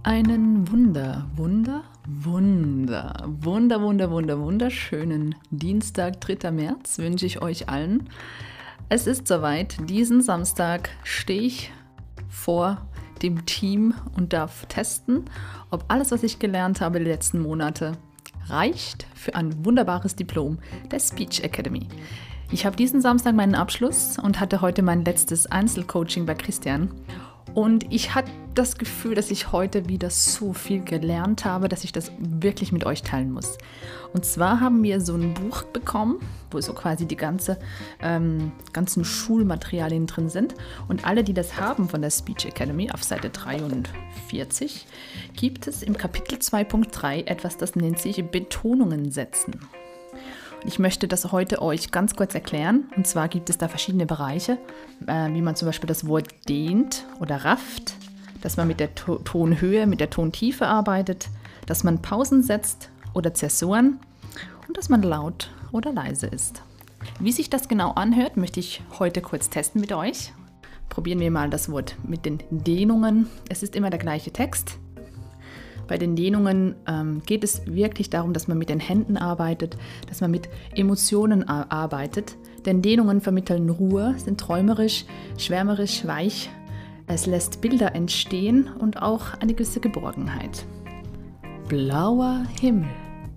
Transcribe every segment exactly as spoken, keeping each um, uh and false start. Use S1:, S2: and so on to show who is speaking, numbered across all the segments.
S1: Einen Wunder, Wunder, Wunder, Wunder, Wunder, Wunder, wunderschönen Dienstag, dritter März wünsche ich euch allen. Es ist soweit, diesen Samstag stehe ich vor dem Team und darf testen, ob alles, was ich gelernt habe die letzten Monate, reicht für ein wunderbares Diplom der Speech Academy. Ich habe diesen Samstag meinen Abschluss und hatte heute mein letztes Einzelcoaching bei Christian. Und ich hatte das Gefühl, dass ich heute wieder so viel gelernt habe, dass ich das wirklich mit euch teilen muss. Und zwar haben wir so ein Buch bekommen, wo so quasi die ganze, ähm, ganzen Schulmaterialien drin sind. Und alle, die das haben von der Speech Academy, auf Seite dreiundvierzig, gibt es im Kapitel zwei Punkt drei etwas, das nennt sich Betonungen setzen. Ich möchte das heute euch ganz kurz erklären. Und zwar gibt es da verschiedene Bereiche, äh, wie man zum Beispiel das Wort dehnt oder rafft, dass man mit der to- Tonhöhe, mit der Tontiefe arbeitet, dass man Pausen setzt oder Zäsuren und dass man laut oder leise ist. Wie sich das genau anhört, möchte ich heute kurz testen mit euch. Probieren wir mal das Wort mit den Dehnungen. Es ist immer der gleiche Text. Bei den Dehnungen ähm, geht es wirklich darum, dass man mit den Händen arbeitet, dass man mit Emotionen a- arbeitet. Denn Dehnungen vermitteln Ruhe, sind träumerisch, schwärmerisch, weich. Es lässt Bilder entstehen und auch eine gewisse Geborgenheit. Blauer Himmel,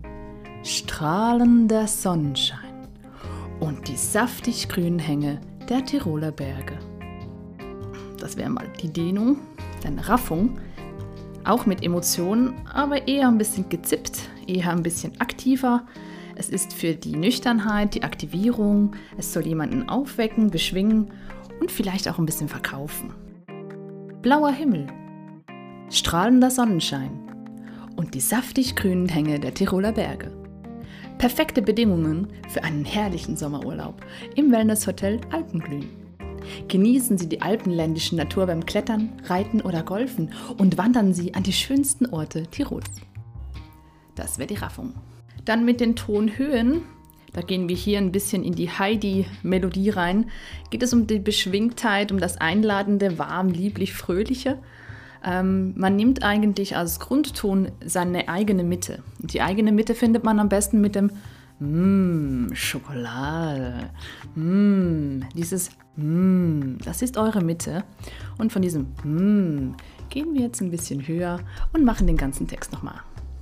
S1: strahlender Sonnenschein und die saftig grünen Hänge der Tiroler Berge. Das wäre mal die Dehnung, dann Raffung. Auch mit Emotionen, aber eher ein bisschen gezippt, eher ein bisschen aktiver. Es ist für die Nüchternheit, die Aktivierung. Es soll jemanden aufwecken, beschwingen und vielleicht auch ein bisschen verkaufen. Blauer Himmel, strahlender Sonnenschein und die saftig grünen Hänge der Tiroler Berge. Perfekte Bedingungen für einen herrlichen Sommerurlaub im Wellnesshotel Alpenglühen. Genießen Sie die alpenländische Natur beim Klettern, Reiten oder Golfen und wandern Sie an die schönsten Orte Tirols. Das wäre die Raffung. Dann mit den Tonhöhen, da gehen wir hier ein bisschen in die Heidi-Melodie rein, geht es um die Beschwingtheit, um das Einladende, warm, lieblich, fröhliche. Ähm, man nimmt eigentlich als Grundton seine eigene Mitte. Und die eigene Mitte findet man am besten mit dem Mmm, Schokolade. Mmm, dieses Mmm, das ist eure Mitte. Und von diesem Mmm gehen wir jetzt ein bisschen höher und machen den ganzen Text nochmal.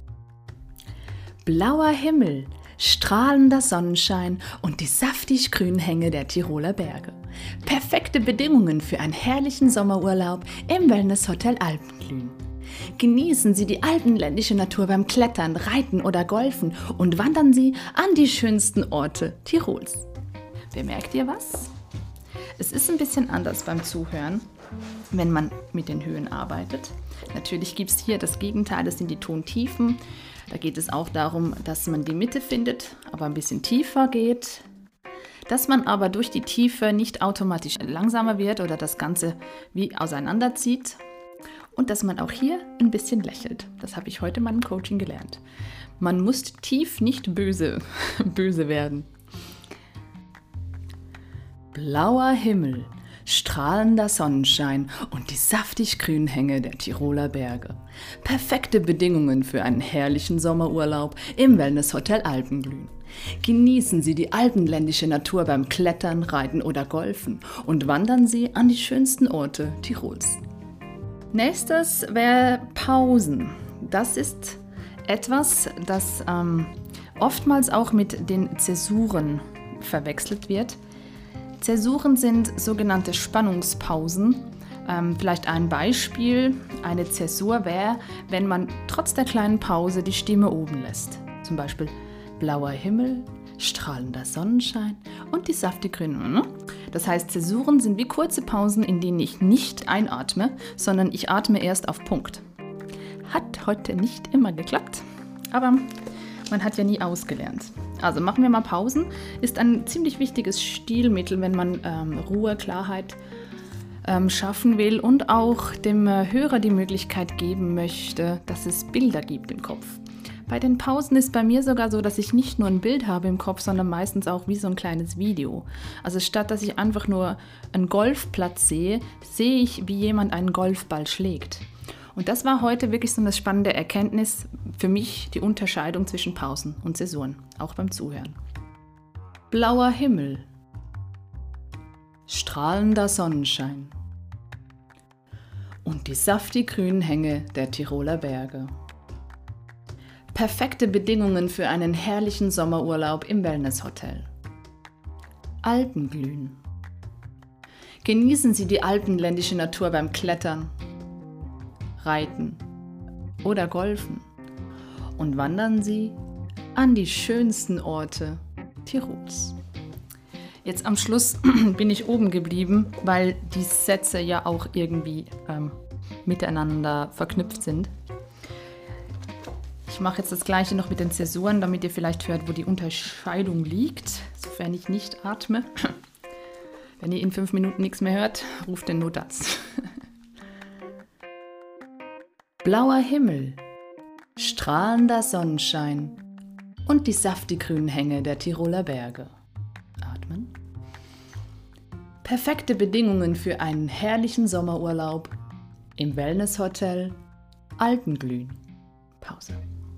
S1: Blauer Himmel, strahlender Sonnenschein und die saftig grünen Hänge der Tiroler Berge. Perfekte Bedingungen für einen herrlichen Sommerurlaub im Wellnesshotel Alpenglühen. Genießen Sie die alpenländische Natur beim Klettern, Reiten oder Golfen und wandern Sie an die schönsten Orte Tirols. Bemerkt ihr was? Es ist ein bisschen anders beim Zuhören, wenn man mit den Höhen arbeitet. Natürlich gibt es hier das Gegenteil, das sind die Tontiefen. Da geht es auch darum, dass man die Mitte findet, aber ein bisschen tiefer geht. Dass man aber durch die Tiefe nicht automatisch langsamer wird oder das Ganze wie auseinanderzieht. Und dass man auch hier ein bisschen lächelt. Das habe ich heute in meinem Coaching gelernt. Man muss tief nicht böse, böse werden. Blauer Himmel, strahlender Sonnenschein und die saftig grünen Hänge der Tiroler Berge. Perfekte Bedingungen für einen herrlichen Sommerurlaub im Wellnesshotel Alpenglühen. Genießen Sie die alpenländische Natur beim Klettern, Reiten oder Golfen und wandern Sie an die schönsten Orte Tirols. Nächstes wäre Pausen. Das ist etwas, das ähm, oftmals auch mit den Zäsuren verwechselt wird. Zäsuren sind sogenannte Spannungspausen. Ähm, vielleicht ein Beispiel. Eine Zäsur wäre, wenn man trotz der kleinen Pause die Stimme oben lässt. Zum Beispiel blauer Himmel, strahlender Sonnenschein und die saftige Grüne. Ne? Das heißt, Zäsuren sind wie kurze Pausen, in denen ich nicht einatme, sondern ich atme erst auf Punkt. Hat heute nicht immer geklappt, aber man hat ja nie ausgelernt. Also machen wir mal Pausen. Ist ein ziemlich wichtiges Stilmittel, wenn man ähm, Ruhe, Klarheit ähm, schaffen will und auch dem äh, Hörer die Möglichkeit geben möchte, dass es Bilder gibt im Kopf. Bei den Pausen ist bei mir sogar so, dass ich nicht nur ein Bild habe im Kopf, sondern meistens auch wie so ein kleines Video. Also statt dass ich einfach nur einen Golfplatz sehe, sehe ich, wie jemand einen Golfball schlägt. Und das war heute wirklich so eine spannende Erkenntnis für mich, die Unterscheidung zwischen Pausen und Zäsuren, auch beim Zuhören. Blauer Himmel, strahlender Sonnenschein und die saftig grünen Hänge der Tiroler Berge. Perfekte Bedingungen für einen herrlichen Sommerurlaub im Wellnesshotel. Alpenglühen. Genießen Sie die alpenländische Natur beim Klettern, Reiten oder Golfen und wandern Sie an die schönsten Orte Tirols. Jetzt am Schluss bin ich oben geblieben, weil die Sätze ja auch irgendwie ähm, miteinander verknüpft sind. Ich mache jetzt das gleiche noch mit den Zäsuren, damit ihr vielleicht hört, wo die Unterscheidung liegt, sofern ich nicht atme. Wenn ihr in fünf Minuten nichts mehr hört, ruft den Notarzt. Blauer Himmel, strahlender Sonnenschein und die saftig grünen Hänge der Tiroler Berge. Atmen. Perfekte Bedingungen für einen herrlichen Sommerurlaub im Wellnesshotel Alpenglühen. Pause.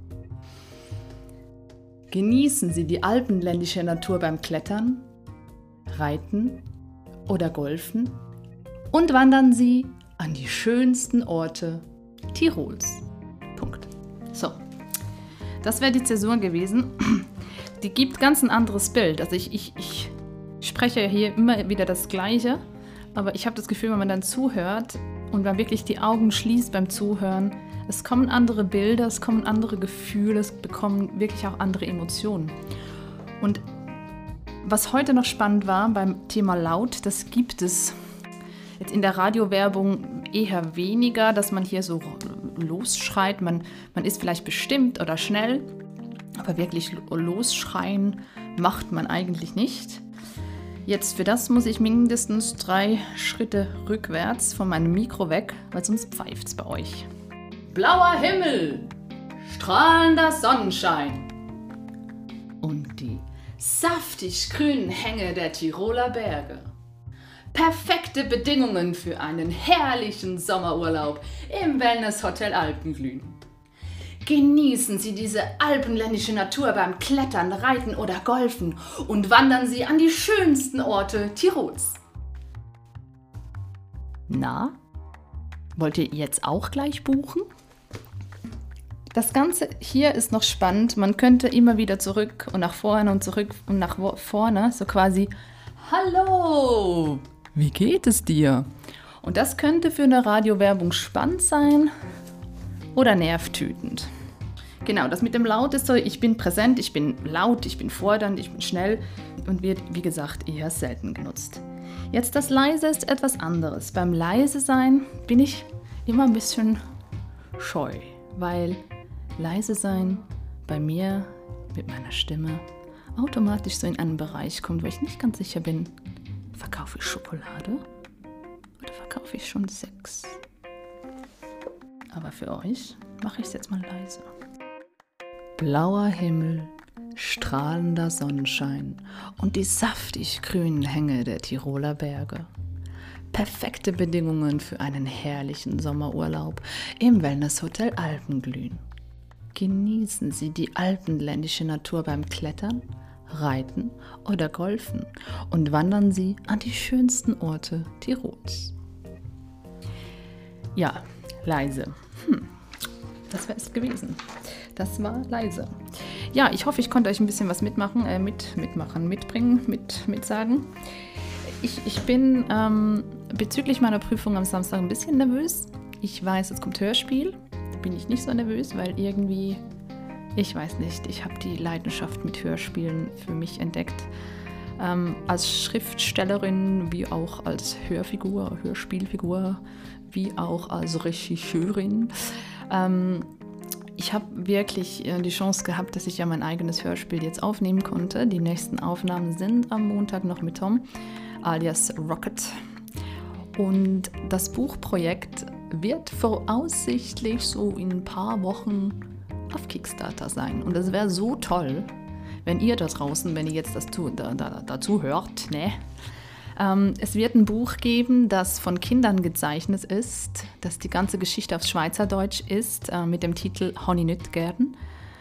S1: Genießen Sie die alpenländische Natur beim Klettern, Reiten oder Golfen und wandern Sie an die schönsten Orte Tirols. Punkt. So, das wäre die Zäsur gewesen. Die gibt ganz ein anderes Bild. Also ich, ich, ich spreche hier immer wieder das Gleiche, aber ich habe das Gefühl, wenn man dann zuhört und man wirklich die Augen schließt beim Zuhören, es kommen andere Bilder, es kommen andere Gefühle, es bekommen wirklich auch andere Emotionen. Und was heute noch spannend war beim Thema Laut, das gibt es jetzt in der Radiowerbung eher weniger, dass man hier so losschreit. Man, man ist vielleicht bestimmt oder schnell, aber wirklich losschreien macht man eigentlich nicht. Jetzt für das muss ich mindestens drei Schritte rückwärts von meinem Mikro weg, weil sonst pfeift es bei euch. Blauer Himmel, strahlender Sonnenschein und die saftig grünen Hänge der Tiroler Berge. Perfekte Bedingungen für einen herrlichen Sommerurlaub im Wellnesshotel Alpenglühen. Genießen Sie diese alpenländische Natur beim Klettern, Reiten oder Golfen und wandern Sie an die schönsten Orte Tirols. Na, wollt ihr jetzt auch gleich buchen? Das Ganze hier ist noch spannend. Man könnte immer wieder zurück und nach vorne und zurück und nach vorne, so quasi Hallo, wie geht es dir? Und das könnte für eine Radiowerbung spannend sein oder nervtötend. Genau, das mit dem Laut ist so, ich bin präsent, ich bin laut, ich bin fordernd, ich bin schnell und wird, wie gesagt, eher selten genutzt. Jetzt das Leise ist etwas anderes. Beim Leise sein bin ich immer ein bisschen scheu, weil leise sein bei mir mit meiner Stimme automatisch so in einen Bereich kommt, wo ich nicht ganz sicher bin, verkaufe ich Schokolade oder verkaufe ich schon Sex? Aber für euch mache ich es jetzt mal leise. Blauer Himmel, strahlender Sonnenschein und die saftig grünen Hänge der Tiroler Berge. Perfekte Bedingungen für einen herrlichen Sommerurlaub im Wellnesshotel Alpenglühen. Genießen Sie die alpenländische Natur beim Klettern, Reiten oder Golfen und wandern Sie an die schönsten Orte Tirols. Ja, leise. Hm, das wäre es gewesen. Das war leise. Ja, ich hoffe, ich konnte euch ein bisschen was mitmachen, äh, mit, mitmachen, mitbringen, mit, mitsagen. Ich, ich bin ähm, bezüglich meiner Prüfung am Samstag ein bisschen nervös. Ich weiß, es kommt Hörspiel. Da bin ich nicht so nervös, weil irgendwie, ich weiß nicht, ich habe die Leidenschaft mit Hörspielen für mich entdeckt. Ähm, als Schriftstellerin, wie auch als Hörfigur, Hörspielfigur, wie auch als Regisseurin. Ähm, ich habe wirklich die Chance gehabt, dass ich ja mein eigenes Hörspiel jetzt aufnehmen konnte. Die nächsten Aufnahmen sind am Montag noch mit Tom, alias Rocket. Und das Buchprojekt wird voraussichtlich so in ein paar Wochen auf Kickstarter sein. Und es wäre so toll, wenn ihr da draußen, wenn ihr jetzt das tu, da, da, dazu hört, ne, Ähm, es wird ein Buch geben, das von Kindern gezeichnet ist, das die ganze Geschichte auf Schweizerdeutsch ist, äh, mit dem Titel «Honi nüt gern».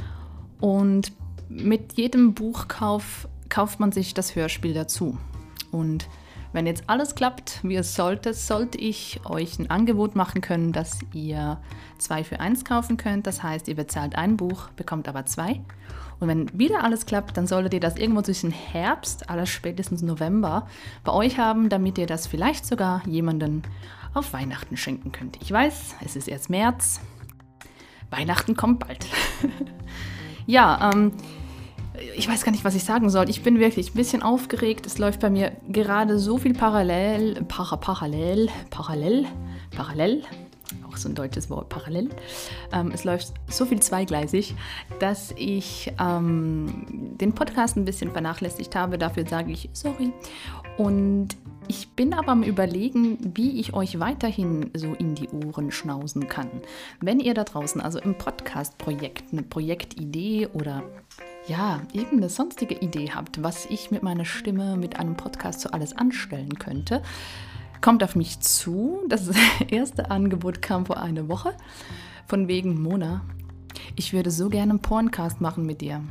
S1: Und mit jedem Buchkauf kauft man sich das Hörspiel dazu. Und wenn jetzt alles klappt, wie es sollte, sollte ich euch ein Angebot machen können, dass ihr zwei für eins kaufen könnt. Das heißt, ihr bezahlt ein Buch, bekommt aber zwei. Und wenn wieder alles klappt, dann solltet ihr das irgendwo zwischen Herbst, aller spätestens November, bei euch haben, damit ihr das vielleicht sogar jemandem auf Weihnachten schenken könnt. Ich weiß, es ist erst März. Weihnachten kommt bald. Ja, ähm, ich weiß gar nicht, was ich sagen soll. Ich bin wirklich ein bisschen aufgeregt. Es läuft bei mir gerade so viel parallel, para, parallel, parallel, parallel, auch so ein deutsches Wort, parallel. Ähm, es läuft so viel zweigleisig, dass ich ähm, den Podcast ein bisschen vernachlässigt habe. Dafür sage ich sorry. Und ich bin aber am Überlegen, wie ich euch weiterhin so in die Ohren schnauzen kann. Wenn ihr da draußen also im Podcast-Projekt eine Projektidee oder ja, irgendeine sonstige Idee habt, was ich mit meiner Stimme, mit einem Podcast so alles anstellen könnte, kommt auf mich zu. Das erste Angebot kam vor einer Woche, von wegen Mona. Ich würde so gerne einen Porncast machen mit dir.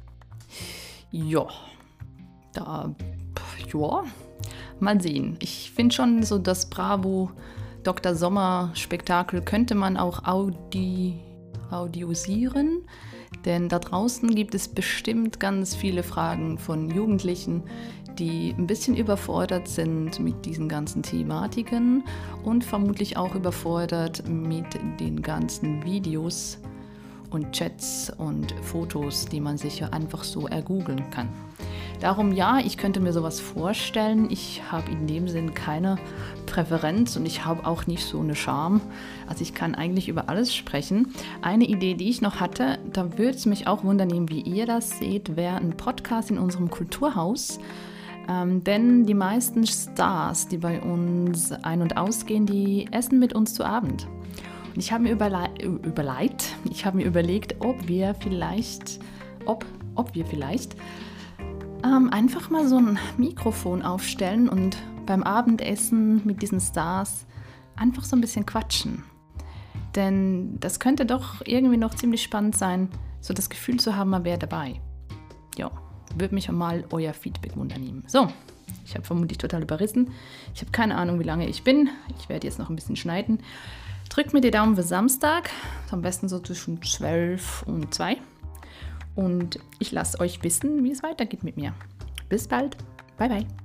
S1: Ja, da, ja, mal sehen. Ich finde schon so das Bravo Doktor Sommer Spektakel könnte man auch audi, audiosieren. Denn da draußen gibt es bestimmt ganz viele Fragen von Jugendlichen, die ein bisschen überfordert sind mit diesen ganzen Thematiken und vermutlich auch überfordert mit den ganzen Videos und Chats und Fotos, die man sich ja einfach so ergoogeln kann. Darum ja, ich könnte mir sowas vorstellen. Ich habe in dem Sinn keine Präferenz und ich habe auch nicht so eine Scham. Also ich kann eigentlich über alles sprechen. Eine Idee, die ich noch hatte, da würde es mich auch wundern, wie ihr das seht, wäre ein Podcast in unserem Kulturhaus. Ähm, denn die meisten Stars, die bei uns ein- und ausgehen, die essen mit uns zu Abend. Und ich habe mir überle- überlegt, ich habe mir überlegt, ob wir vielleicht, ob, ob wir vielleicht ähm, einfach mal so ein Mikrofon aufstellen und beim Abendessen mit diesen Stars einfach so ein bisschen quatschen. Denn das könnte doch irgendwie noch ziemlich spannend sein, so das Gefühl zu haben, man wäre dabei. Ja, würde mich mal euer Feedback wundern. So, ich habe vermutlich total überrissen. Ich habe keine Ahnung, wie lange ich bin. Ich werde jetzt noch ein bisschen schneiden. Drückt mir die Daumen für Samstag, am besten so zwischen zwölf und zwei. Und ich lasse euch wissen, wie es weitergeht mit mir. Bis bald. Bye, bye.